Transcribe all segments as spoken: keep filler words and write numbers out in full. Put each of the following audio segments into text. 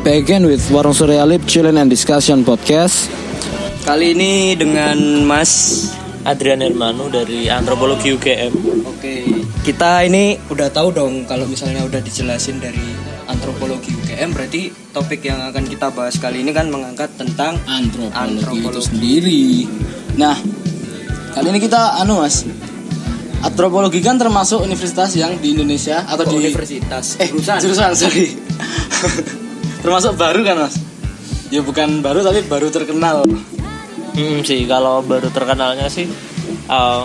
back again with Warung Surrealip Chillin' and Discussion Podcast. Kali ini dengan Mas Adrian Hermanu dari Antropologi U G M. Oke, kita ini udah tahu dong kalau misalnya udah dijelasin dari Antropologi U G M, berarti topik yang akan kita bahas kali ini kan mengangkat tentang Antropologi, antropologi. itu sendiri. Nah, kali ini kita anu Mas, Antropologi kan termasuk universitas yang di Indonesia atau oh, di universitas eh jurusan jurusan sorry termasuk baru kan Mas? Ya bukan baru tapi baru terkenal. Hmm sih kalau baru terkenalnya sih, uh,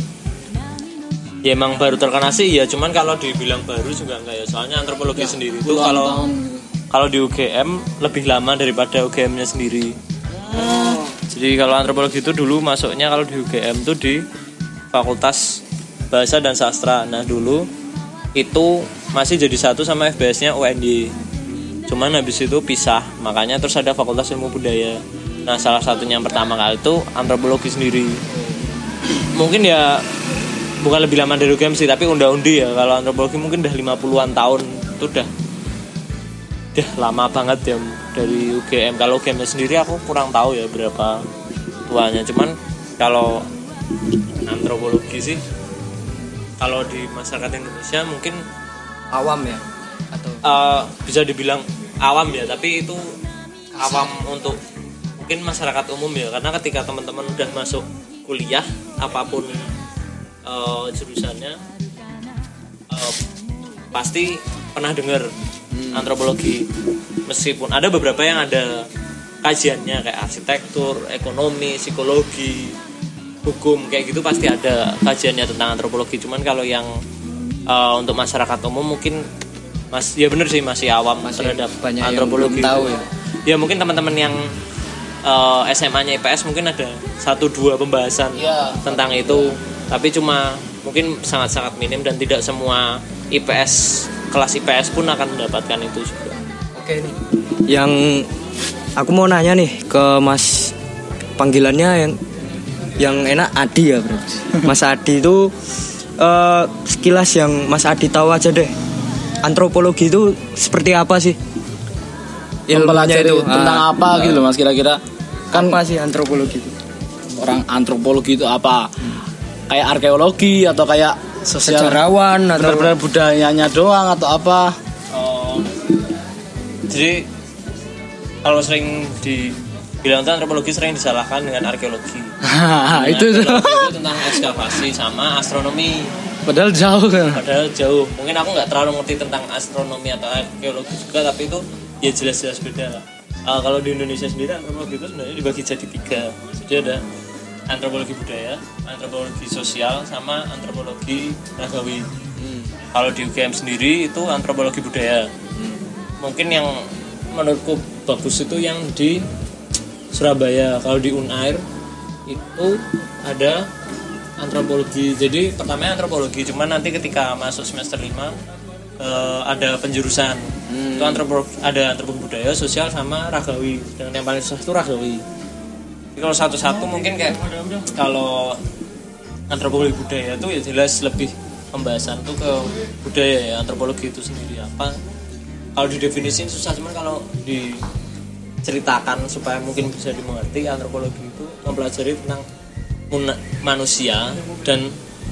ya emang baru terkenal sih ya. Cuman kalau dibilang baru juga enggak ya. Soalnya antropologi ya, sendiri itu kalau kalau di U G M lebih lama daripada U G M-nya sendiri. Oh. Jadi kalau antropologi itu dulu masuknya kalau di U G M itu di Fakultas Bahasa dan Sastra. Nah dulu itu masih jadi satu sama F B S-nya U N Y. Cuman habis itu pisah, makanya terus ada Fakultas Ilmu Budaya. Nah salah satunya yang pertama kali itu antropologi sendiri. Mungkin ya bukan lebih lama dari U G M sih, tapi unda-undi ya. Kalau antropologi mungkin udah lima puluhan tahun. Itu udah udah lama banget ya dari U G M. Kalau U G M-nya sendiri aku kurang tahu ya berapa tuanya. Cuman kalau antropologi sih kalau di masyarakat Indonesia mungkin awam ya atau uh, bisa dibilang awam ya, tapi itu awam untuk mungkin masyarakat umum ya, karena ketika teman-teman udah masuk kuliah apapun uh, jurusannya uh, pasti pernah dengar hmm. antropologi, meskipun ada beberapa yang ada kajiannya kayak arsitektur, ekonomi, psikologi, hukum kayak gitu pasti ada kajiannya tentang antropologi. Cuman kalau yang uh, untuk masyarakat umum mungkin mas ya bener sih masih awam masih terhadap antropologi. Tahu ya. Ya mungkin teman-teman yang uh, S M A-nya I P S mungkin ada satu dua pembahasan ya tentang itu, tapi cuma mungkin sangat-sangat minim dan tidak semua I P S kelas I P S pun akan mendapatkan itu juga. Oke nih. Yang aku mau nanya nih ke Mas, panggilannya yang yang enak Adi ya bro. Mas Adi itu uh, sekilas yang Mas Adi tahu aja deh, antropologi itu seperti apa sih? Mempelajari itu tentang ah, apa gitu loh Mas, kira-kira kan apa sih antropologi itu? Orang antropologi itu apa? Hmm. Kayak arkeologi atau kayak sosial, sejarawan atau benar-benar budayanya doang atau apa? Oh, jadi kalau sering di bilang tuh antropologi sering disalahkan dengan arkeologi. Nah, itu arkeologi itu tentang ekskavasi sama astronomi. Padahal jauh kan. Padahal jauh. Mungkin aku nggak terlalu ngerti tentang astronomi atau arkeologi juga, tapi itu ya jelas-jelas beda lah. Uh, kalau di Indonesia sendiri antropologi itu sebenarnya dibagi jadi tiga. Jadi ada antropologi budaya, antropologi sosial, sama antropologi ragawi. Hmm. Kalau di U G M sendiri itu antropologi budaya. Hmm. Mungkin yang menurutku bagus itu yang di Surabaya. Kalau di Unair itu ada antropologi. Jadi pertamanya antropologi, cuman nanti ketika masuk semester lima uh, ada penjurusan. Hmm. Itu antropologi, ada antropologi budaya, sosial sama ragawi. Dan yang paling susah itu ragawi. Jadi kalau satu-satu mungkin kayak kalau antropologi budaya itu ya jelas lebih pembahasan tuh ke budaya ya, antropologi itu sendiri apa. Kalau didefinisiin susah, cuman kalau di ceritakan supaya mungkin bisa dimengerti, antropologi itu mempelajari tentang manusia dan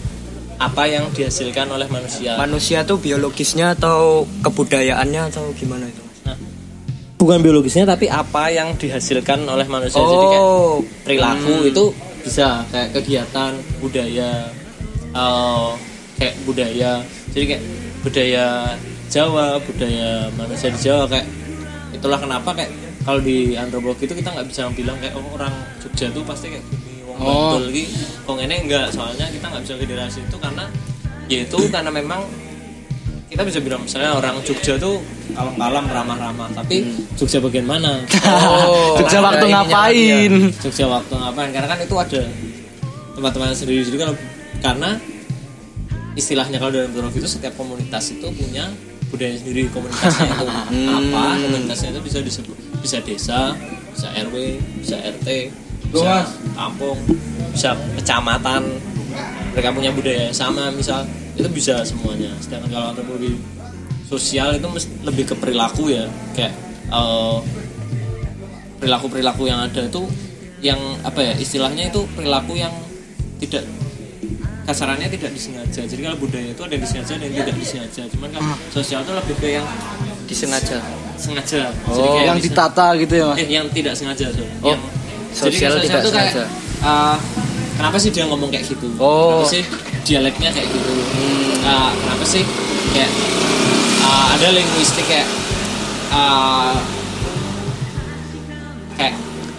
apa yang dihasilkan oleh manusia. Manusia tuh biologisnya atau kebudayaannya atau gimana itu? Nah, bukan biologisnya tapi apa yang dihasilkan oleh manusia. Oh, jadi kayak perilaku hmm. itu bisa kayak kegiatan budaya, uh, kayak budaya. Jadi kayak budaya Jawa, budaya manusia di Jawa, kayak itulah kenapa kayak kalau di antropologi itu kita nggak bisa bilang kayak oh, orang Jogja tuh pasti kayak gini, wong oh. Bantul gitu, wong ini enggak. Soalnya kita nggak bisa generasi itu karena yaitu karena memang kita bisa bilang misalnya orang Jogja tuh kalem-kalem, ramah-ramah, tapi hmm. Jogja bagian mana? Oh, Jogja waktu ngapain? Ya. Jogja waktu ngapain? Karena kan itu ada tempat-tempat sendiri-sendiri kan, karena istilahnya kalau dalam antropologi itu setiap komunitas itu punya budaya sendiri. Komunitasnya itu hmm. apa? Komunitasnya itu bisa disebut bisa desa, bisa R W, bisa R T, bisa kampung, bisa kecamatan. Mereka punya budaya sama misal, itu bisa semuanya. Sedangkan kalau antropologi sosial itu lebih ke perilaku ya, kayak uh, perilaku-perilaku yang ada itu yang apa ya istilahnya itu perilaku yang tidak kasarannya tidak disengaja. Jadi kalau budaya itu ada yang disengaja dan yang tidak disengaja. Cuman kalau sosial itu lebih ke yang disengaja. Sengaja. Oh, Jadi kayak yang bisa- ditata gitu ya, Mas. Eh, yang tidak sengaja so. Oh, Yang sosial jadi tidak itu kayak, sengaja. uh, kenapa sih dia ngomong kayak gitu? Oh. Kenapa sih dialeknya kayak gitu? Nah, kenapa sih kayak uh, ada linguistik kayak uh, kayak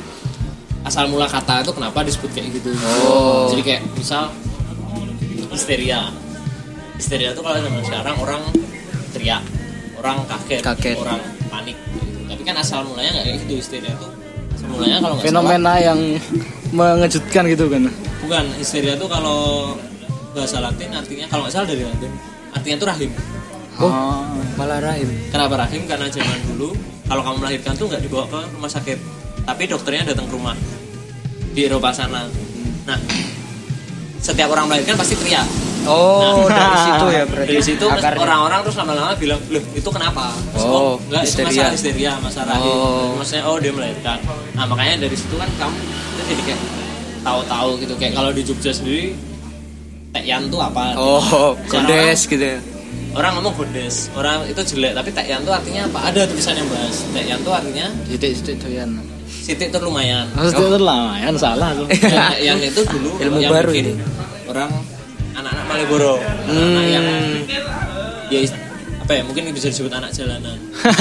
asal mula kata itu kenapa disebut kayak gitu? Oh. Jadi kayak misal histeria. Histeria itu kalau zaman sekarang orang teriak, orang kaget, Kaget. orang panik. Gitu. Tapi kan asal mulanya nggak kayak gitu histeria itu. Asal mulanya kalau nggak Fenomena yang mengejutkan gitu kan. salah, bukan histeria itu kalau bahasa Latin artinya kalau nggak salah dari Latin artinya itu rahim. Oh, malah rahim. Kenapa rahim? Karena zaman dulu kalau kamu melahirkan tuh nggak dibawa ke rumah sakit, tapi dokternya datang ke rumah di Eropa sana. Nah, setiap orang melahirkan pasti teriak. Oh, Nah, dari situ ya berarti. Dari situ terus akarnya. orang-orang terus lama-lama bilang, loh itu kenapa? Terus, Oh, enggak itu histeria. masalah histeria, masalah rahim. Oh. Maksudnya oh dia melahirkan. Nah makanya dari situ kan kamu itu jadi kayak tahu-tahu gitu. Kayak kalau di Jogja sendiri tekyan tuh apa? Oh, Sekarang gondes gitu ya. Orang ngomong gondes, orang itu jelek, tapi tekyan tuh artinya apa? Ada tulisan yang bahas. Tekyan tuh artinya Titik-titik doyan. sitik tuh lumayan. Maksudnya itu lah, kan salah tuh. Dan tekyan itu dulu Ilmu yang baru bikin ini. orang anak-anak Malioboro, anak yang ya is- apa ya mungkin bisa disebut anak jalanan.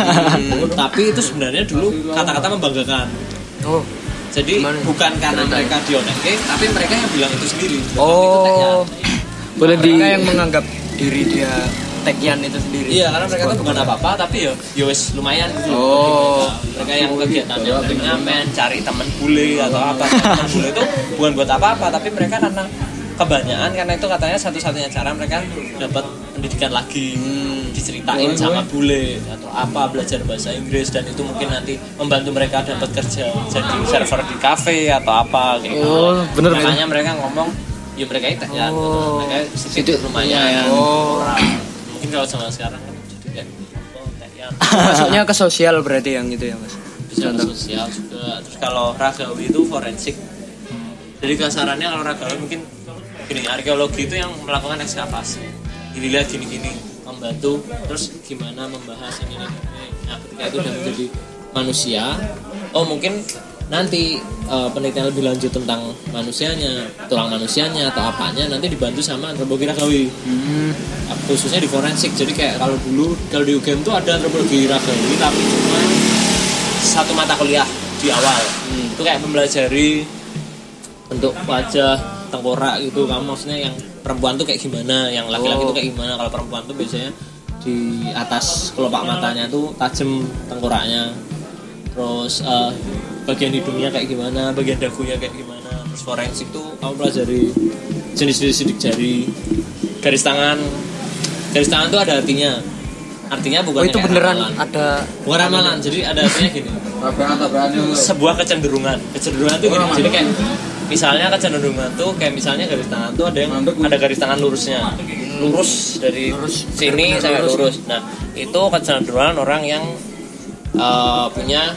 Tapi itu sebenarnya dulu kata-kata membanggakan. Oh. Jadi Gimana? bukan karena mereka dionekke, tapi mereka yang bilang itu sendiri. Oh. Boleh di Mereka yang menganggap diri dia tekyan itu sendiri. Iya, karena mereka tuh bukan apa-apa, tapi ya ya wis lumayan gitu. Oh. Bagi mereka. Mereka yang kegiatannya ngamen, cari teman bule atau apa. Teman bule itu bukan buat apa-apa, tapi mereka karena kebanyakan karena itu katanya satu-satunya cara mereka dapat pendidikan lagi, diceritain sama bule atau apa, belajar bahasa Inggris, dan itu mungkin nanti membantu mereka dapat kerja jadi server di kafe atau apa kayak gitu. Oh, bener, Makanya mereka ngomong ya mereka itu ya, Oh. mereka sedikit lumayan. Oh. Orang. Mungkin kalau sama sekarang kan jadi kayak oh tekyan. Masuknya ke sosial berarti yang itu ya, Mas. Bisa ke sosial juga. Terus kalau ragawi itu forensik. Jadi kasarannya kalau ragawi mungkin gini, arkeologi itu yang melakukan ekskavasi. Dilihat gini-gini, membantu terus gimana membahas ini ini. ini. Nah, ketika itu udah menjadi manusia, oh mungkin nanti uh, penelitian lebih lanjut tentang manusianya, tulang manusianya atau apanya nanti dibantu sama antropologi ragawi. Hmm. Khususnya di forensik. Jadi kayak kalau dulu kalau di U G M tuh ada antropologi ragawi tapi cuma satu mata kuliah di awal. Hmm. Itu kayak mempelajari bentuk wajah, tengkorak gitu. Kamu maksudnya yang perempuan tuh kayak gimana, yang laki-laki Oh. tuh kayak gimana. Kalau perempuan tuh biasanya di atas kelopak matanya tuh tajam tengkoraknya. Terus uh, bagian hidungnya kayak gimana, bagian dagunya kayak gimana. Terus forensik tuh kamu pelajari jenis-jenis sidik jari, garis tangan. Garis tangan tuh ada artinya. Artinya bukan Oh, itu kayak beneran ramalan. ada Bukan ramalan, jadi ada artinya gini. Sebuah kecenderungan. Kecenderungan tuh gini. Jadi kayak misalnya kecenderungan tuh kayak misalnya garis tangan tuh ada yang ada garis tangan lurusnya. Lurus dari sini sampai lurus. Nah, itu kecenderungan orang yang uh, punya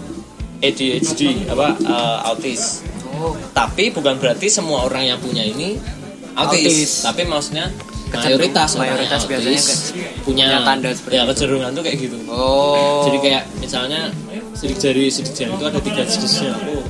A D H D apa uh, autis. Oh. Tapi bukan berarti semua orang yang punya ini autis, Autis. tapi maksudnya mayoritas orang mayoritas yang biasanya autis ke- punya punya tanda seperti ya itu. kecenderungan tuh kayak gitu. Oh. Jadi kayak misalnya sidik jari sidik jari itu ada tiga jenisnya. Oh,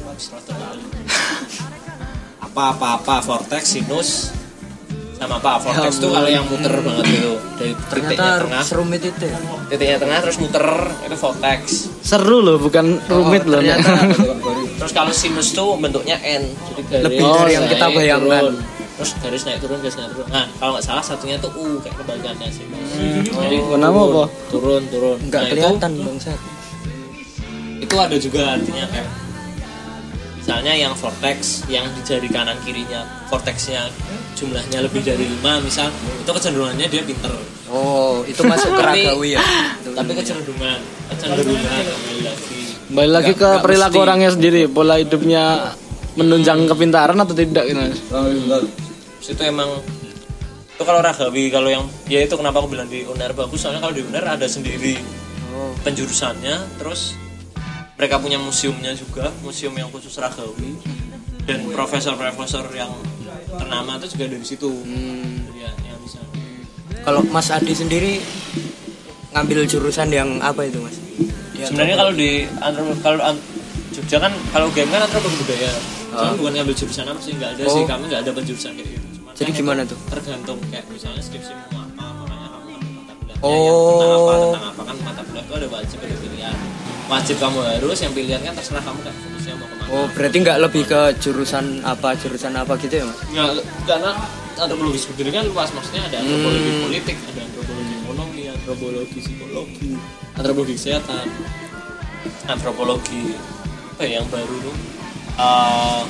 apa apa apa vortex, sinus, sama apa vortex tuh kalau yang muter banget gitu dari titiknya ternyata tengah, serumit itu. ya? titiknya tengah terus muter itu vortex. seru loh, bukan rumit loh. ternyata Terus kalau sinus tuh bentuknya N, jadi garis Lebih dari yang kita naik, bayangkan. turun. Terus garis naik turun, garis naik turun. Nah, kalau nggak salah satunya tuh U kayak kebalikannya sinus. Jadi Kenapa, turun, apa? turun, turun. Enggak Nah, kelihatan bangsa. Itu, itu ada juga artinya kayak misalnya yang vortex yang di jari kanan kirinya vortexnya jumlahnya lebih dari lima misal, itu kecenderungannya dia pinter. Oh, itu masuk ke Tapi- ragawi ya. Tapi kecenderungan, kecenderungan kembali lagi. Kembali lagi Nggak- ke nggak perilaku mesti. orangnya sendiri, pola hidupnya menunjang kepintaran atau tidak gitu. Mas? Terus itu emang itu kalau ragawi, kalau yang ya itu kenapa aku bilang di U N E R bagus soalnya kalau di U N E R ada sendiri Oh. penjurusannya, terus mereka punya museumnya juga, museum yang khusus Ragawi, dan profesor-profesor yang ternama itu juga dari situ. Hmm. Jadi ya, yang bisa. Kalau Mas Adi sendiri ngambil jurusan yang apa itu Mas? Ya, Sebenarnya kalau di antropologi, kalau an- Jogja kan kalau game kan antropologi budaya. Cuman Oh. bukan ngambil jurusan apa sih, nggak ada Oh. sih, kami nggak ada penjurusan kayak gitu. Cuman Jadi kan gimana itu tuh? Tergantung kayak misalnya skripsi mau apa, makanya kamu ngambil mata kuliahnya Oh. yang tentang apa, tentang apa kan mata kuliah itu ada wajib, ada pilihan. Wajib kamu harus, yang pilihan kan terserah kamu kayak fokusnya mau kemana. Oh, berarti nggak lebih ke jurusan apa jurusan apa gitu ya Mas? Nggak, karena antropologi sendiri kan luas, maksudnya ada antropologi Hmm. politik, ada antropologi ekonomi, antropologi psikologi, antropologi kesehatan, antropologi apa ya yang baru tuh uh,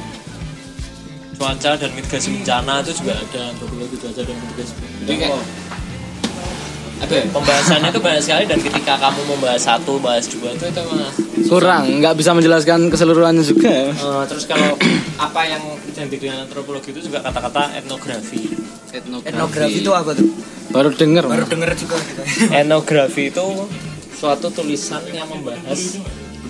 cuaca dan mitigasi bencana itu juga ada antropologi cuaca dan mitigasi bencana. Jadi kayak apa ya, pembahasannya itu banyak sekali, dan ketika kamu membahas satu, bahas dua itu itu emang Kurang, nggak bisa menjelaskan keseluruhannya juga ya, Mas. Uh, terus kalau apa yang identik dengan antropologi itu juga kata-kata etnografi. Etnografi itu apa tuh? Baru denger, Baru Mas. denger juga kita. Etnografi itu suatu tulisan yang membahas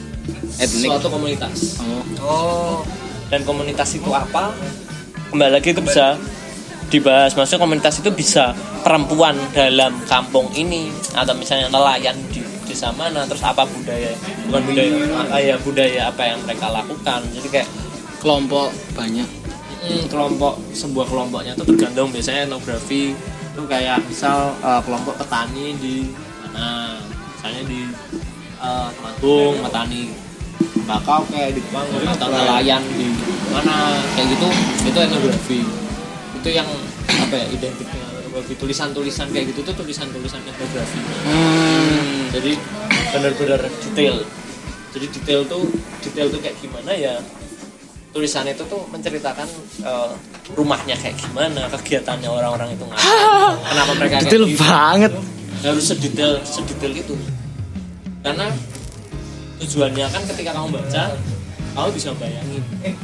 Etnik. suatu komunitas. Oh. Oh, Dan komunitas itu apa? Kembali lagi itu bisa dibahas. Maksudnya komunitas itu bisa perempuan dalam kampung ini, atau misalnya nelayan di desa mana, terus apa budaya, bukan budaya, ah, ya budaya apa yang mereka lakukan. Jadi kayak Kelompok banyak. mm, kelompok, sebuah kelompoknya itu tergantung. Biasanya etnografi itu kayak misal uh, kelompok petani di mana, misalnya di uh, Temanggung petani bakau kayak di Temanggung, atau nelayan di mana kayak gitu, itu etnografi. Itu yang apa ya, identik dengan etnografi. Tulisan-tulisan kayak gitu tuh tulisan-tulisan etnografi. Hmm. Jadi benar-benar detail. Jadi detail tuh detail tuh kayak gimana ya, tulisan itu tuh menceritakan uh, rumahnya kayak gimana, kegiatannya orang-orang itu ngapain, kenapa mereka kayak Detail gitu. banget. Harus sedetail sedetail itu, karena tujuannya kan ketika kamu baca kamu bisa bayangin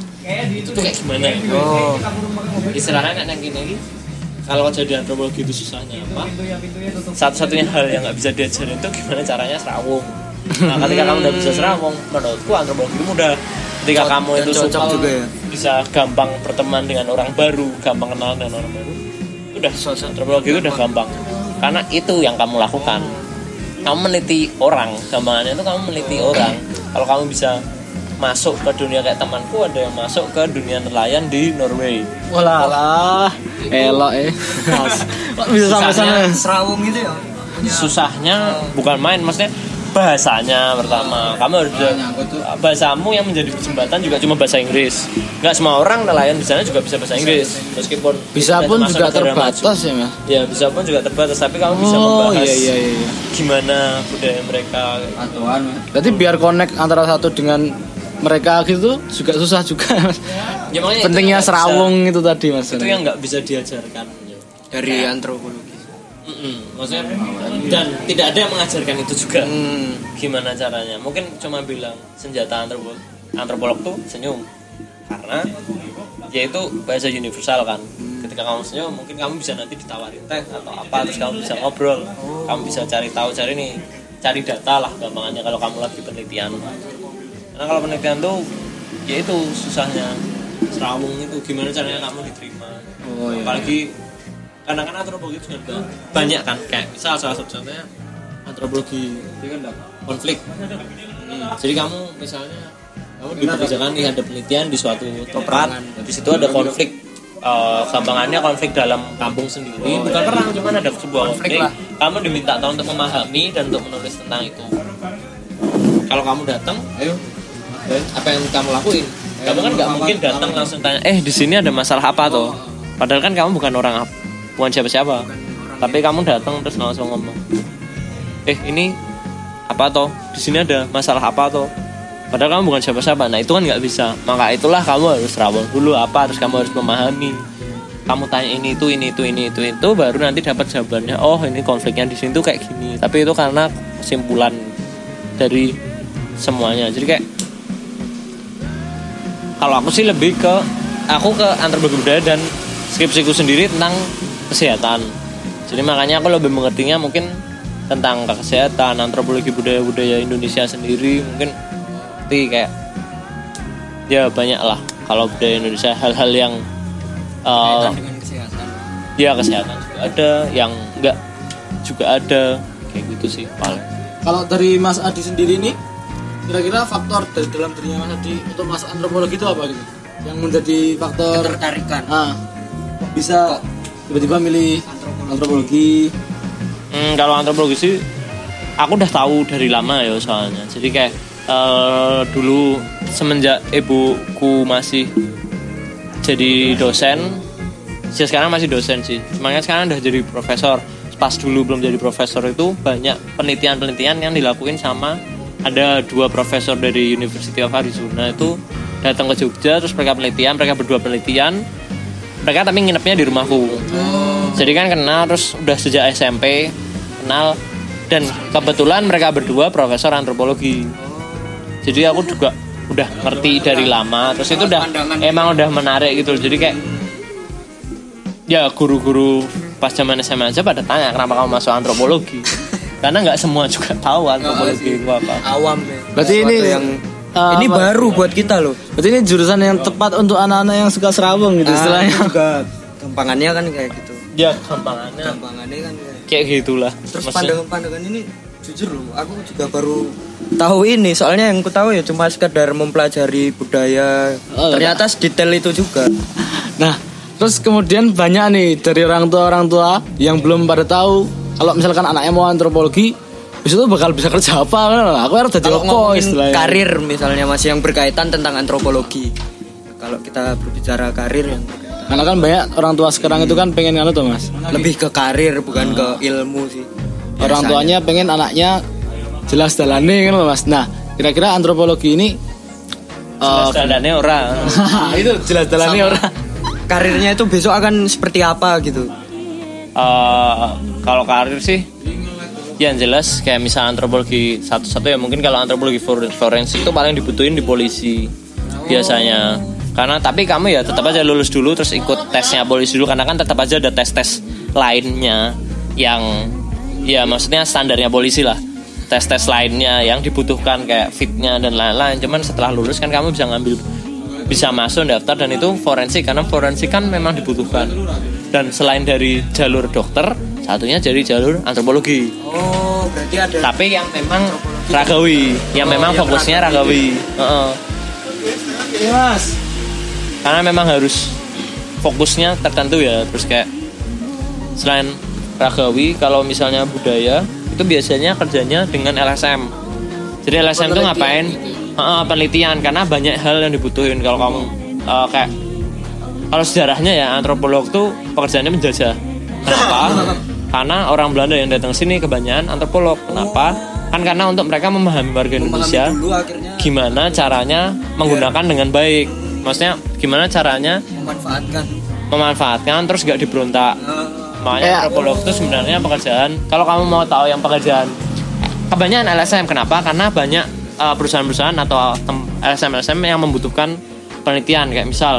itu tuh kayak gimana. oh, Istilahnya kayak gini lagi, kalau jadi antropologi itu susahnya apa, satu-satunya hal yang nggak bisa diajarin itu gimana caranya serawung. Nah ketika kamu udah bisa serawung, menurutku antropologi itu mudah. Ketika Co- kamu dan itu cocok supel, juga ya. bisa gampang berteman dengan orang baru, gampang kenal dengan orang baru, udah antropologi itu udah gampang, karena itu yang kamu lakukan. Kamu meneliti orang, gampangannya itu kamu meneliti orang. Kalau kamu bisa masuk ke dunia kayak temanku, ada yang masuk ke dunia nelayan di Norway. Walah, elok eh. Kok bisa sampai sana? serawung gitu ya? Susahnya bukan main, maksudnya bahasanya pertama. Kamu harus bisa, bahasamu yang menjadi jembatan juga cuma bahasa Inggris. Enggak semua orang nelayan di sana juga bisa bahasa Inggris, meskipun Bisa kita pun termasuk juga negara terbatas maju. ya, Mas. Ya bisa pun juga terbatas, tapi kamu bisa Oh, membahas iya iya iya. gimana budaya mereka. Atuan, Mas. Berarti biar connect antara satu dengan mereka gitu juga susah juga, Mas. Ya, makanya itu Pentingnya yang nggak serawung itu tadi, Mas. bisa, itu yang nggak bisa diajarkan ya. Dari antropologi. Mm-mm. Maksudnya dan tidak ada yang mengajarkan itu juga. Hmm. Gimana caranya? Mungkin cuma bilang senjata antropolog, antropolog tuh senyum, karena ya itu bahasa universal kan. Ketika kamu senyum, mungkin kamu bisa nanti ditawarin teh atau apa, terus kamu bisa ngobrol, kamu bisa cari tahu, cari nih, cari data lah gampangannya kalau kamu lagi penelitian. Karena kalau penelitian tuh ya itu susahnya serawung itu, gimana caranya kamu diterima. Oh, iya. Apalagi karena kan antropologi itu juga banyak kan, kayak misal salah satu contohnya antropologi konflik. Hmm, jadi kamu misalnya kamu dipekerjakan nih, ada penelitian di suatu tempat, di situ ada konflik. Uh, gampangannya konflik dalam kampung sendiri, bukan perang, cuman ada sebuah konflik. Kamu diminta tahu untuk memahami dan untuk menulis tentang itu. Kalau kamu datang, ayo, apa yang kamu lakuin? Kamu kan nggak mungkin datang langsung tanya, eh di sini ada masalah apa tuh? Padahal kan kamu bukan orang, bukan siapa-siapa. Tapi kamu datang terus langsung ngomong, eh ini apa toh? Di sini ada masalah apa toh? Padahal kamu bukan siapa-siapa. Nah itu kan nggak bisa. Maka itulah kamu harus rawon dulu apa, terus kamu harus memahami. Kamu tanya ini itu ini itu ini itu itu baru nanti dapat jawabannya. Oh ini konfliknya di sini tuh kayak gini. Tapi itu karena kesimpulan dari semuanya. Jadi kayak kalau aku sih lebih ke aku ke antropologi budaya dan skripsiku sendiri tentang kesehatan. Jadi makanya aku lebih mengertinya mungkin tentang kesehatan, antropologi budaya-budaya Indonesia sendiri, mungkin seperti kayak ya banyak lah kalau budaya Indonesia hal-hal yang uh, dengan kesehatan. Ya kesehatan juga ada, yang enggak juga ada, kayak gitu sih paling. Kalau dari Mas Adi sendiri nih, kira-kira faktor dari dalam dirinya Mas Adi untuk masuk antropologi itu apa gitu? Yang menjadi faktor Ketertarikan. Ah, bisa tiba-tiba milih antropologi. Hmm, kalau antropologi sih aku udah tahu dari lama ya soalnya. Jadi kayak uh, dulu semenjak ibuku masih jadi dosen, sih sekarang masih dosen sih. Makanya sekarang udah jadi profesor. Pas dulu belum jadi profesor itu banyak penelitian-penelitian yang dilakuin sama ada dua profesor dari University of Arizona itu datang ke Jogja, terus mereka penelitian, mereka berdua penelitian. Mereka tapi nginepnya di rumahku. Jadi kan kenal, terus udah sejak S M P kenal, dan kebetulan mereka berdua profesor antropologi. Jadi aku juga udah ngerti dari lama, terus itu udah emang udah menarik gitu. Jadi kayak ya guru-guru pas zaman S M A aja pada tanya kenapa kamu masuk antropologi. Karena nggak semua juga tahu antropologi itu apa. Awam ya. Berarti ini yang uh, ini apa? baru buat kita loh. Berarti ini jurusan yang tepat untuk anak-anak yang suka serawung gitu Ah, istilahnya. itu juga gampangannya kan kayak gitu. Ya gampangannya Gampangannya kan kayak. kayak gitulah. Terus Maksudnya- pandangan-pandangan ini jujur loh, aku juga baru tahu ini. Soalnya yang ku tahu ya cuma sekedar mempelajari budaya. Oh, Ternyata sedetail itu juga. Nah, terus kemudian banyak nih dari orang tua-orang tua yang belum pada tahu kalau misalkan anaknya mau antropologi, besok tuh bakal bisa kerja apa kan? Aku harus jadi Kalau apa ngomongin istilahnya. karir misalnya masih yang berkaitan tentang antropologi. Kalau kita berbicara karir yang berkaitan. Karena kan banyak orang tua sekarang itu kan pengen nganu tuh Mas. Lebih ke karir bukan ke ilmu sih. Orang Biasanya. tuanya pengen anaknya jelas dalane kan loh, Mas. Nah, kira-kira antropologi ini uh, standarnya orang. itu jelas dalane Sama orang. karirnya itu besok akan seperti apa gitu. Uh, kalau karir sih yang jelas kayak misal antropologi satu-satu ya mungkin kalau antropologi for- forensik itu paling dibutuhin di polisi biasanya. Karena tapi kamu ya tetap aja lulus dulu terus ikut tesnya polisi dulu, karena kan tetap aja ada tes-tes lainnya yang ya maksudnya standarnya polisi lah. Tes-tes lainnya yang dibutuhkan kayak fitnya dan lain-lain. Cuman setelah lulus kan kamu bisa ngambil, bisa masuk daftar, dan itu forensik karena forensik kan memang dibutuhkan. Dan selain dari jalur dokter, satunya dari jalur antropologi. Oh, berarti ada. Tapi yang memang ragawi, yang Oh, memang yang fokusnya ragawi. ragawi. Heeh. Mas. Karena memang harus fokusnya tertentu ya. Terus kayak selain ragawi, kalau misalnya budaya itu biasanya kerjanya dengan L S M. Jadi L S M itu ngapain? Heeh, penelitian, karena banyak hal yang dibutuhin. Kalau kamu uh, kayak kalau sejarahnya ya antropolog tuh pekerjaannya menjajah. Kenapa? Karena orang Belanda yang datang sini kebanyakan antropolog. Kenapa? Kan karena untuk mereka memahami warga Indonesia, dulu akhirnya gimana caranya menggunakan dengan baik. Maksudnya gimana caranya memanfaatkan. memanfaatkan terus gak diberontak. Makanya Kayak- antropolog itu sebenarnya pekerjaan. Kalau kamu mau tahu yang pekerjaan kebanyakan L S M, kenapa? Karena banyak uh, perusahaan-perusahaan atau tem- L S M L S M yang membutuhkan penelitian. Kayak misal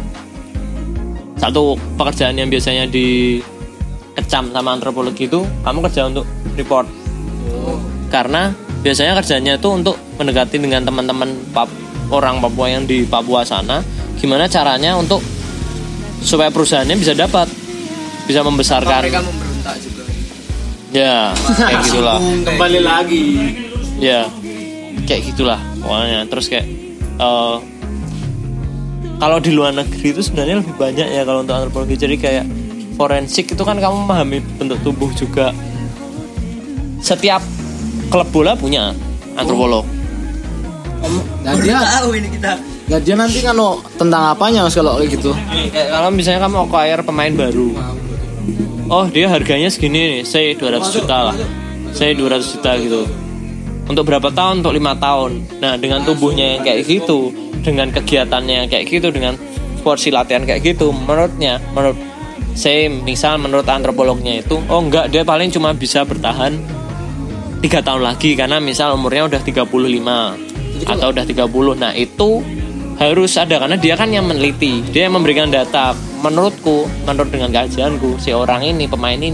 satu pekerjaan yang biasanya dikecam sama antropologi itu kamu kerja untuk report. Karena biasanya kerjanya itu untuk mendekati dengan teman-teman Pap- orang Papua yang di Papua sana, gimana caranya untuk supaya perusahaannya bisa dapat, bisa membesarkan. Mereka memberontak juga. Ya, kayak gitulah. Kembali lagi. Ya, kayak gitulah pokoknya. Terus kayak eh, kalau di luar negeri itu sebenarnya lebih banyak ya kalau untuk antropologi. Jadi kayak forensik itu kan kamu memahami bentuk tubuh juga. Setiap klub bola punya antropolog. Nah, dia Tahu ini kita. Nah, dia nanti kan oh, tentang apanya Mas kalau kayak gitu? Kayak kalau misalnya kamu acquire pemain baru, oh dia harganya segini nih, say dua ratus juta lah, say dua ratus juta gitu. Untuk berapa tahun? Untuk lima tahun. Nah dengan tubuhnya yang kayak gitu, dengan kegiatannya yang kayak gitu, dengan porsi latihan kayak gitu, menurutnya, menurut saya misal menurut antropolognya itu, oh enggak, dia paling cuma bisa bertahan tiga tahun lagi karena misal umurnya udah tiga puluh lima atau udah tiga puluh. Nah itu harus ada karena dia kan yang meneliti, dia yang memberikan data. Menurutku, menurut dengan kajianku, si orang ini, pemain ini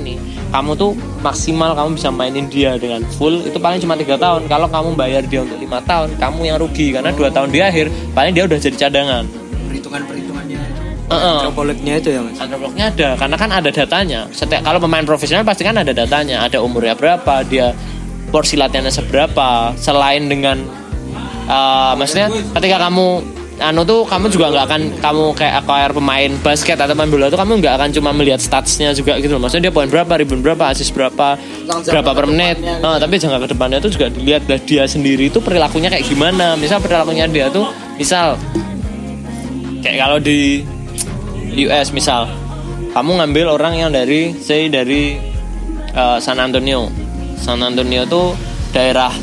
kamu tuh maksimal kamu bisa mainin dia dengan full itu paling cuma tiga tahun. Kalau kamu bayar dia untuk lima tahun, kamu yang rugi karena dua tahun di akhir paling dia udah jadi cadangan. Perhitungan-perhitungannya Uh-uh. antropolognya itu ya mas. Antropolognya ada karena kan ada datanya. Setiap kalau pemain profesional pasti kan ada datanya, ada umurnya berapa, dia porsi latihannya seberapa. Selain dengan uh, maksudnya ketika kamu anu tuh kamu juga nggak akan kamu kayak acquire pemain basket atau pemain bola tuh kamu nggak akan cuma melihat statsnya juga gitu loh. Maksudnya dia poin berapa, rebound berapa, assist berapa, berapa per menit. Nah, tapi jangka kedepannya tuh juga dilihat lah dia sendiri itu perilakunya kayak gimana. Misal perilakunya dia tuh misal kayak kalau di U S misal kamu ngambil orang yang dari say dari uh, San Antonio. San Antonio tuh daerah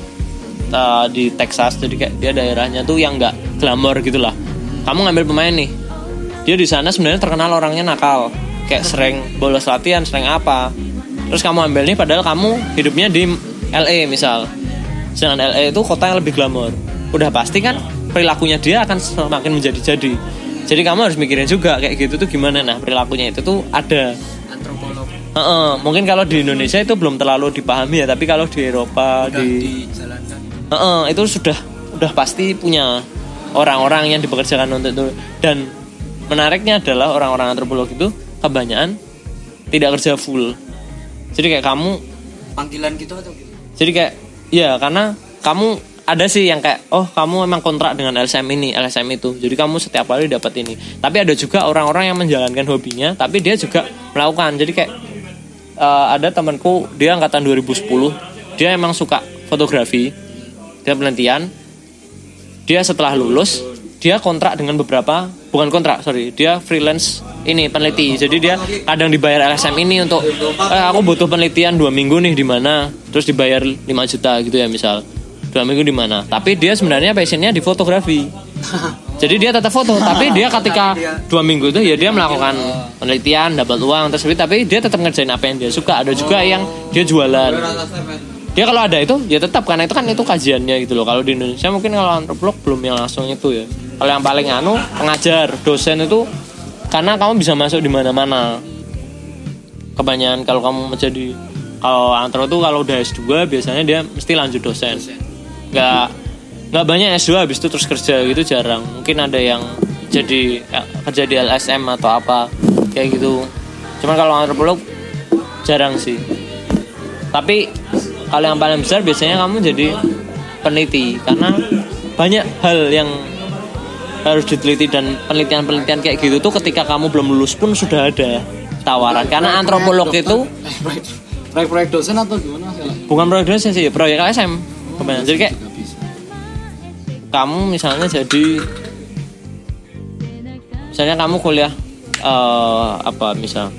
uh, di Texas, jadi kayak dia daerahnya tuh yang nggak glamor gitulah. Kamu ngambil pemain nih, dia di sana sebenarnya terkenal orangnya nakal, kayak sering bolos latihan, sering apa. Terus kamu ambil nih, padahal kamu hidupnya di L A misal. Sedangkan L A itu kota yang lebih glamor. Udah pasti kan perilakunya dia akan semakin menjadi-jadi. Jadi kamu harus mikirin juga kayak gitu tuh gimana. Nah perilakunya itu tuh ada Antropolog. Uh-uh. Mungkin kalau di Indonesia itu belum terlalu dipahami ya, tapi kalau di Eropa Udah di dijalankan. uh-uh, itu sudah udah pasti punya orang-orang yang dipekerjakan untuk itu. Dan menariknya adalah orang-orang antropolog itu kebanyakan tidak kerja full. Jadi kayak kamu Panggilan gitu atau gitu? jadi kayak ya karena kamu ada sih yang kayak oh kamu memang kontrak dengan L S M ini, L S M itu. Jadi kamu setiap kali dapat ini. Tapi ada juga orang-orang yang menjalankan hobinya, tapi dia juga melakukan. Jadi kayak uh, ada temanku dia angkatan dua ribu sepuluh, dia emang suka fotografi, dia penelitian. Dia setelah lulus, dia kontrak dengan beberapa, bukan kontrak, sorry, dia freelance ini peneliti. Jadi dia kadang dibayar L S M ini untuk eh, aku butuh penelitian dua minggu nih di mana, terus dibayar lima juta gitu ya misal. Dua minggu di mana? Tapi dia sebenarnya passionnya di fotografi. Jadi dia tetap foto, tapi dia ketika dua minggu itu ya dia melakukan penelitian, dapat uang, terus tapi dia tetap ngerjain apa yang dia suka. Ada juga yang dia jualan. Dia kalau ada itu ya tetap karena itu kan itu kajiannya gitu loh. Kalau di Indonesia mungkin kalau antropolog belum yang langsung itu ya. Kalau yang paling anu pengajar, dosen itu karena kamu bisa masuk di mana-mana. Kebanyakan kalau kamu menjadi kalau antro tuh kalau udah S dua biasanya dia mesti lanjut dosen. Nggak nggak banyak S dua habis itu terus kerja gitu jarang. Mungkin ada yang jadi ya, kerja di L S M atau apa kayak gitu. Cuman kalau antropolog jarang sih. Tapi kalau yang paling besar biasanya kamu jadi peneliti karena banyak hal yang harus diteliti dan penelitian-penelitian kayak gitu tuh ketika kamu belum lulus pun sudah ada tawaran. Karena antropolog itu proyek-proyek dosen atau gimana? bukan proyek dosen sih, proyek L S M. Kebanyakan. Jadi kayak kamu misalnya jadi misalnya kamu kuliah uh, apa misal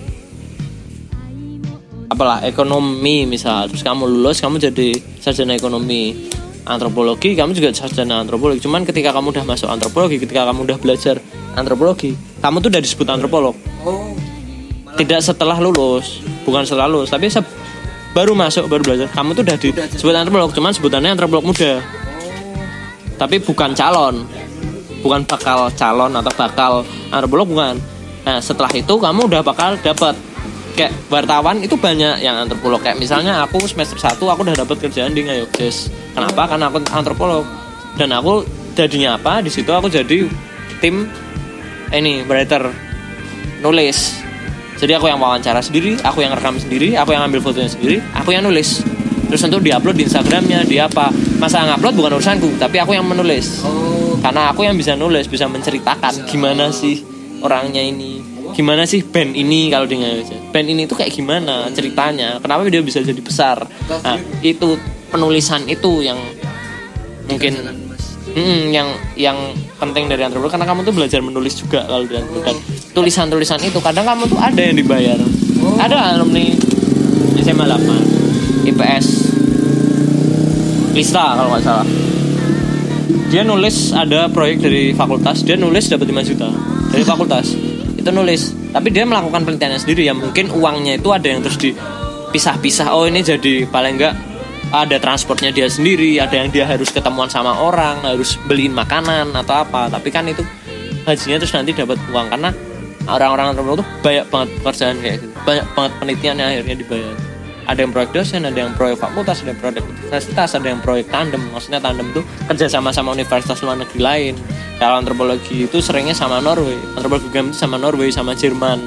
apalah ekonomi misal, terus kamu lulus kamu jadi sarjana ekonomi. Antropologi kamu juga sarjana antropologi. Cuman ketika kamu udah masuk antropologi, ketika kamu udah belajar antropologi, kamu tuh udah disebut antropolog. Oh. Tidak setelah lulus, bukan setelah lulus, tapi se- baru masuk, baru belajar. Kamu tuh udah disebut antropolog, cuman sebutannya antropolog muda. Oh. Tapi bukan calon, bukan bakal calon atau bakal antropolog bukan. Nah setelah itu kamu udah bakal dapat kayak wartawan itu banyak yang antropolog. Kayak misalnya aku semester satu aku udah dapat kerjaan di Ngayogdes. Kenapa? Karena aku antropolog. Dan aku jadinya apa? Di situ aku jadi tim ini writer, nulis. Jadi aku yang wawancara sendiri, aku yang rekam sendiri, aku yang ambil fotonya sendiri, aku yang nulis. Terus tentu diupload di Instagramnya, di apa. Masa ngupload bukan urusanku, tapi aku yang menulis. Oh. Karena aku yang bisa nulis, bisa menceritakan gimana sih orangnya ini, gimana sih band ini kalau di Indonesia. Band ini tuh kayak gimana ceritanya, kenapa dia bisa jadi besar. Nah itu penulisan itu yang mungkin Hmm, yang yang penting dari antropolog karena kamu tuh belajar menulis juga kalau di antropolog. Dan tulisan-tulisan itu kadang kamu tuh ada yang dibayar. Oh. Ada alumni S M A delapan I P S Lista kalau nggak salah. Dia nulis ada proyek dari fakultas, dia nulis dapat lima juta dari fakultas. Itu nulis, tapi dia melakukan penelitiannya sendiri ya. Mungkin uangnya itu ada yang terus dipisah-pisah. Oh ini jadi paling enggak ada transportnya dia sendiri, ada yang dia harus ketemuan sama orang, harus beliin makanan atau apa. Tapi kan itu hajinya terus nanti dapat uang karena orang-orang antropolog tuh banyak banget pekerjaan kayak gitu, banyak banget penelitian yang akhirnya dibayar. Ada yang proyek dosen, ada yang proyek fakultas, ada yang proyek universitas, ada yang proyek tandem. Maksudnya tandem itu kerja sama sama universitas luar negeri lain. Kalau antropologi itu seringnya sama Norway, antropologi U G M itu sama Norway, sama Jerman.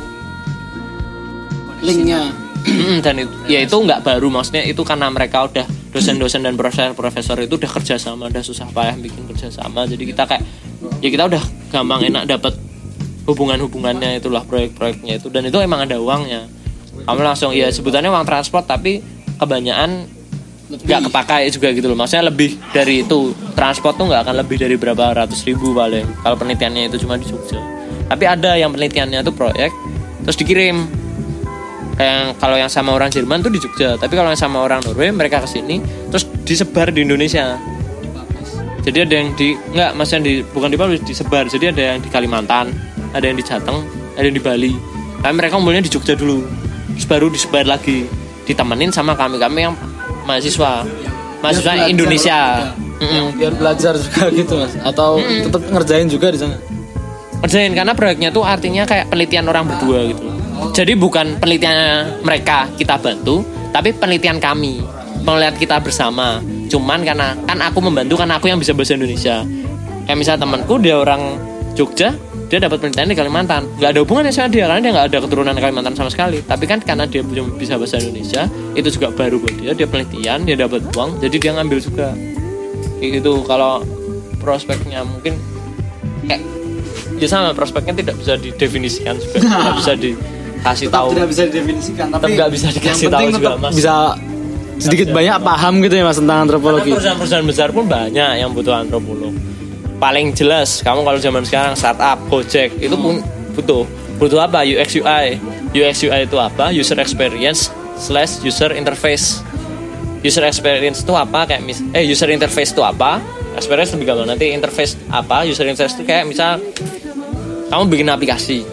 Linknya. Dan itu, ya itu nggak baru, maksudnya itu karena mereka udah dosen-dosen dan profesor-profesor itu udah kerja sama, udah susah payah bikin kerja sama. Jadi kita kayak ya kita udah gampang enak dapat hubungan-hubungannya, itulah proyek-proyeknya itu, dan itu emang ada uangnya. Kamu langsung ya sebutannya uang transport, tapi kebanyakan nggak kepakai juga gitu loh. Maksudnya lebih dari itu, transport tuh nggak akan lebih dari berapa ratus ribu paling kalau penelitiannya itu cuma di Jogja. Tapi ada yang penelitiannya tuh proyek terus dikirim. Kayak kalau yang sama orang Jerman tuh di Jogja, tapi kalau yang sama orang Norway mereka kesini terus disebar di Indonesia. Jadi ada yang di nggak, maksudnya di bukan dipublish, disebar. Jadi ada yang di Kalimantan, ada yang di Jateng, ada yang di Bali. Tapi mereka ngumpulnya di Jogja dulu. Terus baru disebar lagi, ditemenin sama kami-kami yang mahasiswa mahasiswa belajar, Indonesia yang biar belajar juga gitu mas, atau mm-mm. tetap ngerjain juga di sana. Ngerjain karena proyeknya tuh artinya kayak penelitian orang berdua gitu. Jadi bukan penelitian mereka kita bantu, tapi penelitian kami, penelitian kita bersama. Cuman karena kan aku membantu, karena aku yang bisa bahasa Indonesia. Kayak misalnya temanku dia orang Jogja, dia dapat penelitian di Kalimantan, nggak ada hubungannya sama dia karena dia nggak ada keturunan Kalimantan sama sekali. Tapi kan karena dia belum bisa bahasa Indonesia, itu juga baru buat dia. Dia penelitian, dia dapat uang, jadi dia ngambil juga. Kayak gitu. Kalau prospeknya mungkin kayak ya sama, prospeknya tidak bisa didefinisikan juga, tidak bisa dikasih tetap tahu. Tidak bisa didefinisikan, tapi nggak bisa dikasih tahu juga mas. Bisa sedikit Tetap banyak paham gitu ya mas tentang antropologi. Karena perusahaan-perusahaan besar pun banyak yang butuh antropolog. Paling jelas kamu kalau zaman sekarang startup Gojek itu pun butuh butuh apa? U X U I. U X U I itu apa? User experience slash user interface. User experience itu apa? Kayak mis eh user interface itu apa? Experience lebih gampang, nanti interface apa? User interface itu kayak misal kamu bikin aplikasi.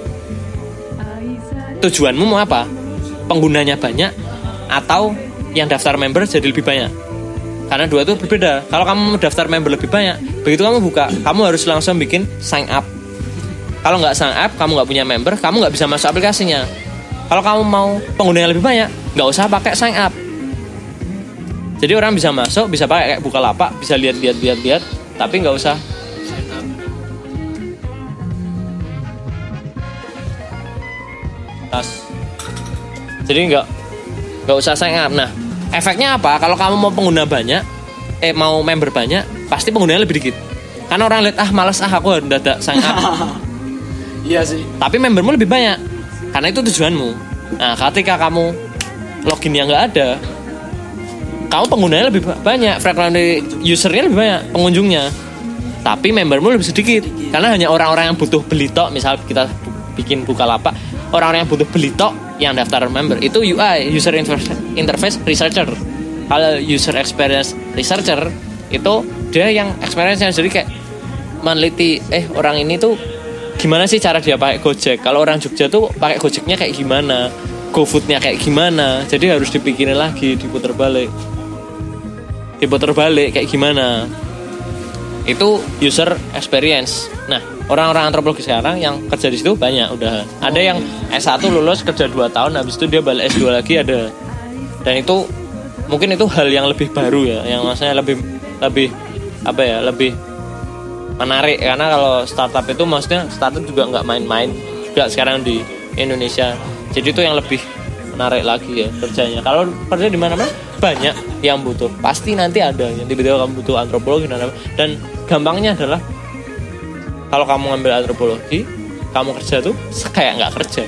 Tujuanmu mau apa? Penggunanya banyak atau yang daftar member jadi lebih banyak? Karena dua itu berbeda. Kalau kamu daftar member lebih banyak, begitu kamu buka, kamu harus langsung bikin sign up. Kalau nggak sign up, kamu nggak punya member, kamu nggak bisa masuk aplikasinya. Kalau kamu mau penggunanya lebih banyak, nggak usah pakai sign up. Jadi orang bisa masuk, bisa pakai kayak Bukalapak, bisa lihat-lihat lihat-lihat, tapi nggak usah sign up. Tas. Jadi nggak nggak usah sign up. Nah, efeknya apa? Kalau kamu mau pengguna banyak, eh mau member banyak, pasti penggunanya lebih dikit. Karena orang lihat ah malas ah aku harus dadak sign up. Iya sih. Tapi membermu lebih banyak, karena itu tujuanmu. Nah, ketika kamu loginnya nggak ada, kamu penggunanya lebih banyak, frekuensi usernya lebih banyak, pengunjungnya. Tapi membermu lebih sedikit, karena hanya orang-orang yang butuh beli tok. Misal kita bikin Bukalapak, orang-orang yang butuh beli tok yang daftar member itu U I, user interface researcher. Kalau user experience researcher itu dia yang experience yang jadi kayak meneliti eh orang ini tuh gimana sih cara dia pakai Gojek. Kalau orang Jogja tuh pakai Gojeknya kayak gimana, GoFoodnya kayak gimana. Jadi harus dipikirin lagi, diputar balik, diputar balik kayak gimana. Itu user experience. Nah, orang-orang antropologi sekarang yang kerja di situ banyak udah. Ada yang S satu lulus kerja dua tahun, habis itu dia balik S dua lagi ada. Dan itu mungkin itu hal yang lebih baru ya, yang maksudnya lebih lebih apa ya, lebih menarik. Karena kalau startup itu maksudnya startup juga nggak main-main juga sekarang di Indonesia. Jadi itu yang lebih menarik lagi ya kerjanya. Kalau kerja di mana-mana banyak yang butuh, pasti nanti ada yang tiba-tiba kamu butuh antropologi dan gampangnya adalah kalau kamu ngambil antropologi, kamu kerja tuh kayak nggak kerja.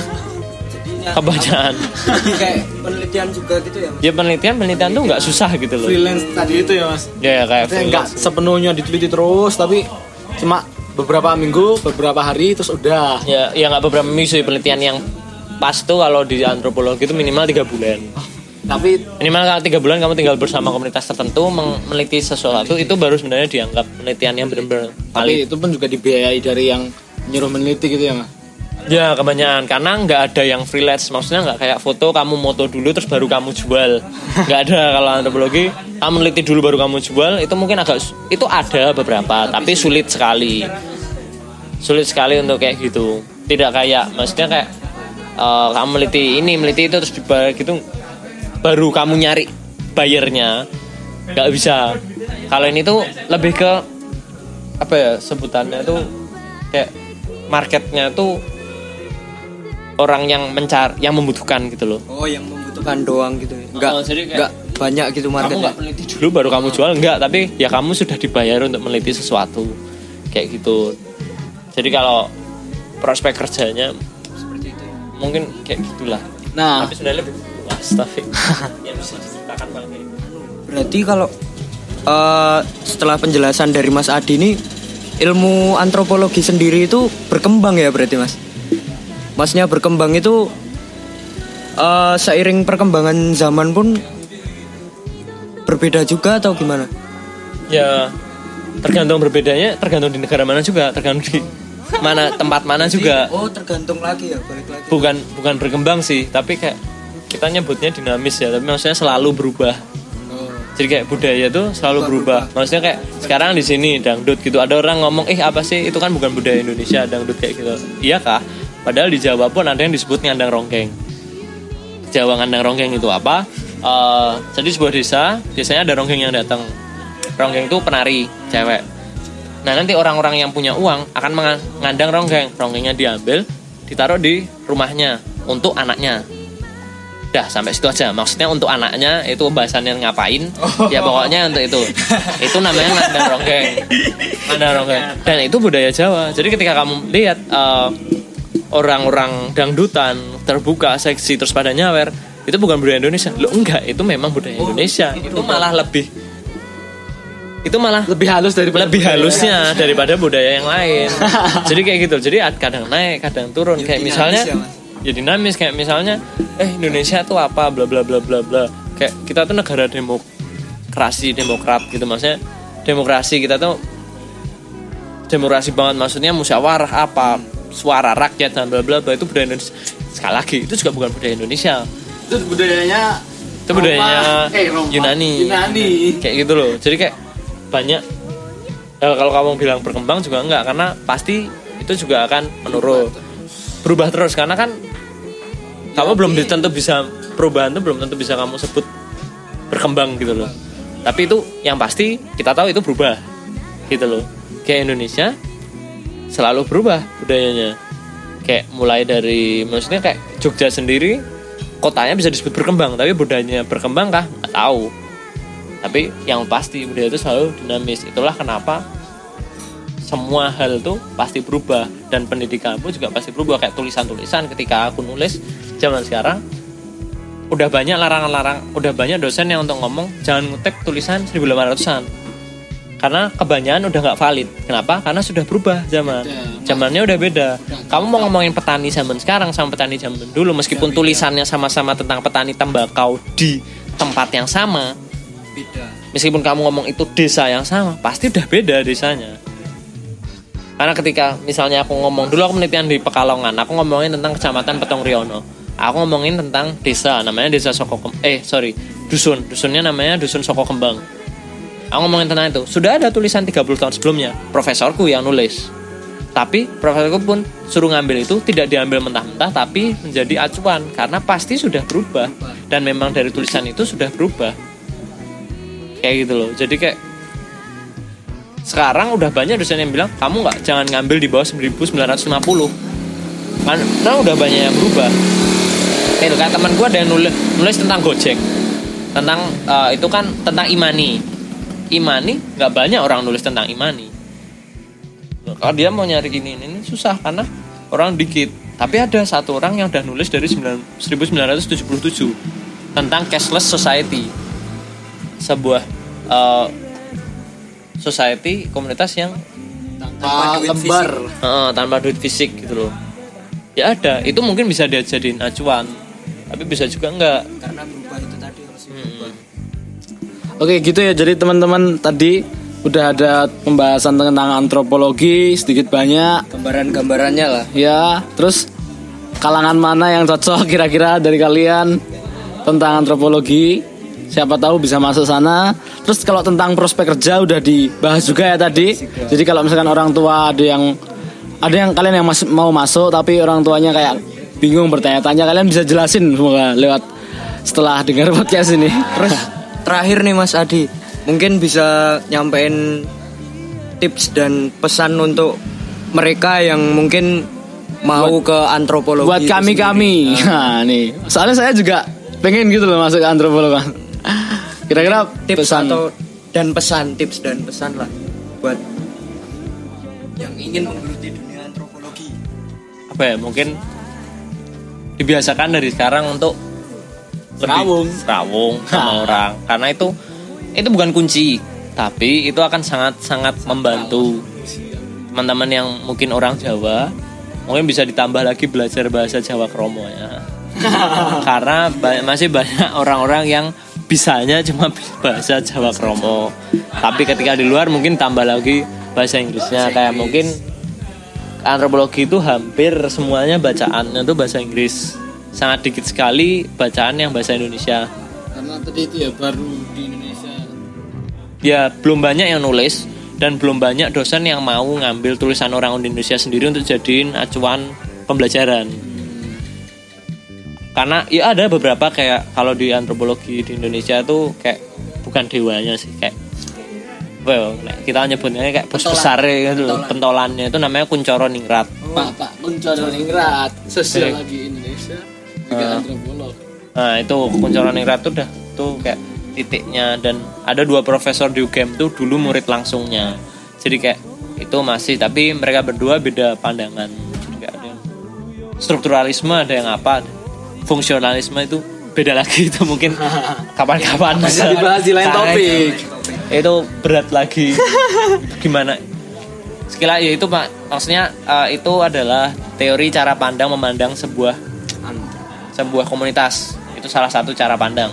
Kebanyakan. Jadi kayak penelitian juga gitu ya mas? Ya penelitian penelitian tuh nggak susah gitu loh. Freelance tadi itu ya mas. Ya, ya kayak nggak sepenuhnya diteliti terus, tapi cuma beberapa minggu, beberapa hari terus udah. Ya, ya nggak beberapa minggu sih, penelitian yang pas tuh kalau di antropologi itu minimal tiga bulan. Tapi minimal kalau tiga bulan kamu tinggal bersama komunitas tertentu meneliti sesuatu, itu baru sebenarnya dianggap penelitian yang benar-benar valid. Tapi itu pun juga dibiayai dari yang nyuruh meneliti gitu ya mas. Ya kebanyakan, karena nggak ada yang freelance. Maksudnya nggak kayak foto kamu moto dulu terus baru kamu jual. Nggak ada. Kalau antropologi kamu meneliti dulu baru kamu jual, itu mungkin agak, itu ada beberapa tapi sulit sekali sulit sekali untuk kayak gitu. Tidak kayak maksudnya kayak uh, kamu meliti ini meliti itu terus dibayar gitu, baru kamu nyari bayarnya, nggak bisa. Kalau ini tuh lebih ke apa ya sebutannya tuh kayak marketnya tuh orang yang mencar yang membutuhkan gitu loh. Oh, yang membutuhkan doang gitu. Enggak, oh, jadi kayak enggak banyak gitu marketnya. Kamu enggak meneliti dulu baru kamu jual, enggak, tapi ya kamu sudah dibayar untuk meneliti sesuatu. Kayak gitu. Jadi kalau prospek kerjanya seperti itu mungkin kayak gitulah. Nah, tapi sebenarnya lebih luas tapi yang bisa diceritakan malah kayak gitu. Berarti kalau uh, setelah penjelasan dari Mas Adi ini, ilmu antropologi sendiri itu berkembang ya berarti Mas? Masnya berkembang itu uh, seiring perkembangan zaman pun berbeda juga atau gimana? Ya tergantung berbedanya, tergantung di negara mana juga, tergantung di mana tempat mana juga. Oh, tergantung lagi ya, balik lagi. Bukan bukan berkembang sih, tapi kayak kita nyebutnya dinamis ya, tapi maksudnya selalu berubah. Oh. Jadi kayak budaya tuh selalu berubah. berubah. Maksudnya kayak sekarang di sini dangdut gitu, ada orang ngomong, "Eh, apa sih? Itu kan bukan budaya Indonesia, dangdut kayak gitu." Iya kah? Padahal di Jawa pun ada yang disebut ngandang rongkeng. Jawa ngandang rongkeng itu apa? Uh, jadi sebuah desa, biasanya ada rongkeng yang datang. Rongkeng itu penari, cewek. Nah nanti orang-orang yang punya uang akan mengandang rongkeng. Rongkengnya diambil, ditaruh di rumahnya untuk anaknya. Udah sampai situ aja. Maksudnya untuk anaknya itu bahasannya ngapain? Oh. Ya pokoknya untuk itu. Itu namanya ngandang rongkeng. Ngandang rongkeng. Dan itu budaya Jawa. Jadi ketika kamu lihat uh, orang-orang dangdutan terbuka, seksi terus pada nyawer, itu bukan budaya Indonesia. Loh enggak, itu memang budaya oh, Indonesia. Itu, itu malah lebih itu malah lebih halus daripada lebih halusnya daripada budaya yang lain. Jadi kayak gitu. Jadi kadang naik, kadang turun. Ya, kayak misalnya ya, ya dinamis kayak misalnya eh Indonesia tuh apa bla bla bla bla bla. Kayak kita tuh negara demokrasi, demokrat gitu maksudnya. Demokrasi kita tuh demokrasi banget, maksudnya musyawarah apa, suara rakyat dan bla bla bla, itu budaya Indonesia. Sekali lagi itu juga bukan budaya Indonesia. Itu budayanya itu budayanya eh, Yunani. Yunani. Kayak gitu loh. Jadi kayak banyak ya, kalau kamu bilang berkembang juga enggak, karena pasti itu juga akan menurun, berubah terus, karena kan ya, kamu belum tentu bisa, perubahan itu belum tentu bisa kamu sebut berkembang gitu loh. Tapi itu yang pasti kita tahu itu berubah gitu loh. Kayak Indonesia selalu berubah budayanya. Kayak mulai dari maksudnya kayak Jogja sendiri kotanya bisa disebut berkembang, tapi budayanya berkembang kah? Nggak tahu. Tapi yang pasti budaya itu selalu dinamis. Itulah kenapa semua hal itu pasti berubah. Dan pendidikan pun juga pasti berubah. Kayak tulisan-tulisan ketika aku nulis zaman sekarang, udah banyak larangan-larang, udah banyak dosen yang untuk ngomong jangan ngetik tulisan seribu delapan ratusan. Karena kebanyakan udah gak valid. Kenapa? Karena sudah berubah zaman. Zamannya udah beda. Kamu mau ngomongin petani zaman sekarang sama petani zaman dulu, meskipun tulisannya sama-sama tentang petani tembakau di tempat yang sama, beda. Meskipun kamu ngomong itu desa yang sama, pasti udah beda desanya. Karena ketika misalnya aku ngomong, dulu aku penelitian di Pekalongan, aku ngomongin tentang kecamatan Petong Riono, aku ngomongin tentang desa, namanya desa Soko Kem- eh sorry dusun, dusunnya namanya dusun Soko Kembang. Aku ngomongin tentang itu. Sudah ada tulisan tiga puluh tahun sebelumnya, profesorku yang nulis. Tapi profesorku pun suruh ngambil itu, tidak diambil mentah-mentah, tapi menjadi acuan, karena pasti sudah berubah. Dan memang dari tulisan itu sudah berubah. Kayak gitu loh. Jadi kayak sekarang udah banyak dosen yang bilang kamu nggak, jangan ngambil di bawah seribu sembilan ratus lima puluh. Karena udah banyak yang berubah. Kayak kayak teman gue ada yang nulis, nulis tentang Gojek, tentang uh, itu kan tentang Imani. Imani nggak banyak orang nulis tentang Imani. Kalau dia mau nyari gini ini susah karena orang dikit. Tapi ada satu orang yang udah nulis dari seribu sembilan ratus tujuh puluh tujuh tentang cashless society, sebuah uh, society komunitas yang tanpa lembar, uh, tanpa duit fisik gitu loh. Ya ada, itu mungkin bisa dia jadiin acuan, tapi bisa juga enggak. Karena berubah itu tadi harus berubah. Hmm. Oke gitu ya, jadi teman-teman tadi udah ada pembahasan tentang antropologi sedikit banyak, gambaran-gambarannya lah. Ya, terus kalangan mana yang cocok kira-kira dari kalian tentang antropologi? Siapa tahu bisa masuk sana. Terus kalau tentang prospek kerja udah dibahas juga ya tadi. Jadi kalau misalkan orang tua ada yang ada yang kalian yang masih mau masuk tapi orang tuanya kayak bingung bertanya-tanya, kalian bisa jelasin semoga lewat setelah dengar podcast ini. Terus terakhir nih Mas Adi, mungkin bisa nyampein tips dan pesan untuk mereka yang mungkin mau buat, ke antropologi. Buat kami-kami. Nah, nih. Soalnya saya juga pengen gitu loh masuk ke antropologi. Kira-kira tips pesan atau dan pesan, tips dan pesan lah buat yang ingin menggeluti dunia antropologi. Apa ya? Mungkin dibiasakan dari sekarang untuk serawung, serawung sama orang, karena itu itu bukan kunci, tapi itu akan sangat-sangat membantu teman-teman yang mungkin orang Jawa, mungkin bisa ditambah lagi belajar bahasa Jawa Kromo ya. Karena ba- masih banyak orang-orang yang bisanya cuma bahasa Jawa Kromo, tapi ketika di luar mungkin tambah lagi bahasa Inggrisnya. Kayak mungkin antropologi itu hampir semuanya bacaannya itu bahasa Inggris, sangat dikit sekali bacaan yang bahasa Indonesia. Karena tadi itu ya baru di Indonesia. Ya belum banyak yang nulis dan belum banyak dosen yang mau ngambil tulisan orang Indonesia sendiri untuk jadiin acuan pembelajaran. Karena ya ada beberapa kayak kalau di antropologi di Indonesia tuh kayak bukan dewanya sih, kayak well, kita nyebutnya kayak bos besar gitu loh, pentolannya itu namanya Kuncoro Ningrat. Pak Pak Kuncoro Ningrat, sosiologi Indonesia juga uh, antropolog. Nah itu Kuncoro Ningrat tuh udah tuh kayak titiknya, dan ada dua profesor di U G M tuh dulu murid langsungnya. Jadi kayak itu masih, tapi mereka berdua beda pandangan. Jadi kayak ada yang strukturalisme, ada yang apa, fungsionalisme itu beda lagi. Itu mungkin kapan-kapan bisa dibahas di lain topik. Itu berat lagi. Gimana? Sekila ya itu Pak, maksudnya uh, itu adalah teori cara pandang memandang sebuah sebuah komunitas. Itu salah satu cara pandang.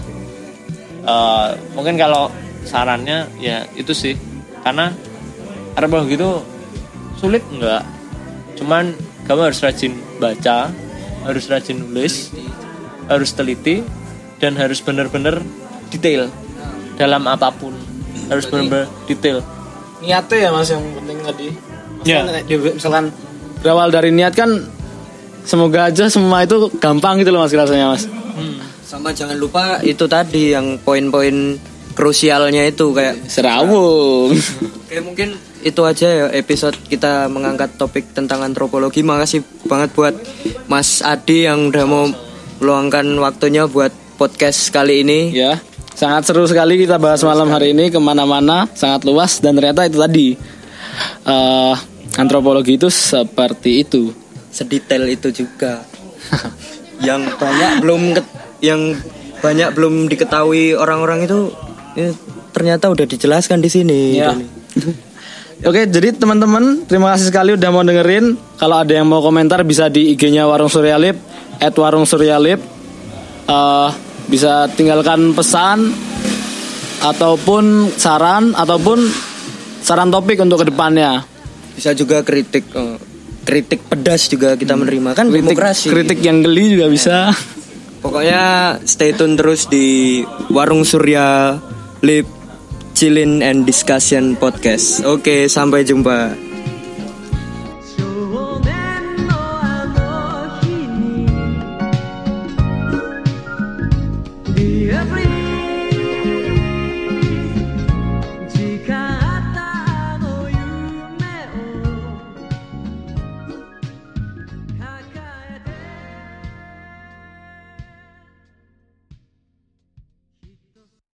Uh, mungkin kalau sarannya ya itu sih, karena antropologi itu sulit enggak, cuman kamu harus rajin baca, harus rajin nulis, harus teliti, dan harus benar-benar detail dalam apapun, harus benar-benar detail. Niatnya ya Mas yang penting tadi. Ya. Misalkan berawal dari niat kan, semoga aja semua itu gampang gitu loh Mas rasanya Mas. Hmm. Sama jangan lupa itu tadi yang poin-poin krusialnya itu kayak serawung. Kayak mungkin itu aja ya episode kita mengangkat topik tentang antropologi. Makasih banget buat Mas Adi yang udah mau meluangkan waktunya buat podcast kali ini. Ya, sangat seru sekali kita bahas malam hari ini, kemana-mana, sangat luas, dan ternyata itu tadi uh, antropologi itu seperti itu, sedetail itu juga. Yang banyak belum ke- yang banyak belum diketahui orang-orang itu ya, ternyata udah dijelaskan di sini. Ya. Oke, jadi teman-teman terima kasih sekali udah mau dengerin. Kalau ada yang mau komentar bisa di I G-nya Warung Suryalip et warung suryalip. Uh, bisa tinggalkan pesan ataupun saran ataupun saran topik untuk kedepannya. Bisa juga kritik, oh, kritik pedas juga kita menerima, kan kritik, demokrasi. Kritik yang geli juga bisa. Pokoknya stay tune terus di Warung Surya Lip Chillin and Discussion Podcast. Oke, sampai jumpa.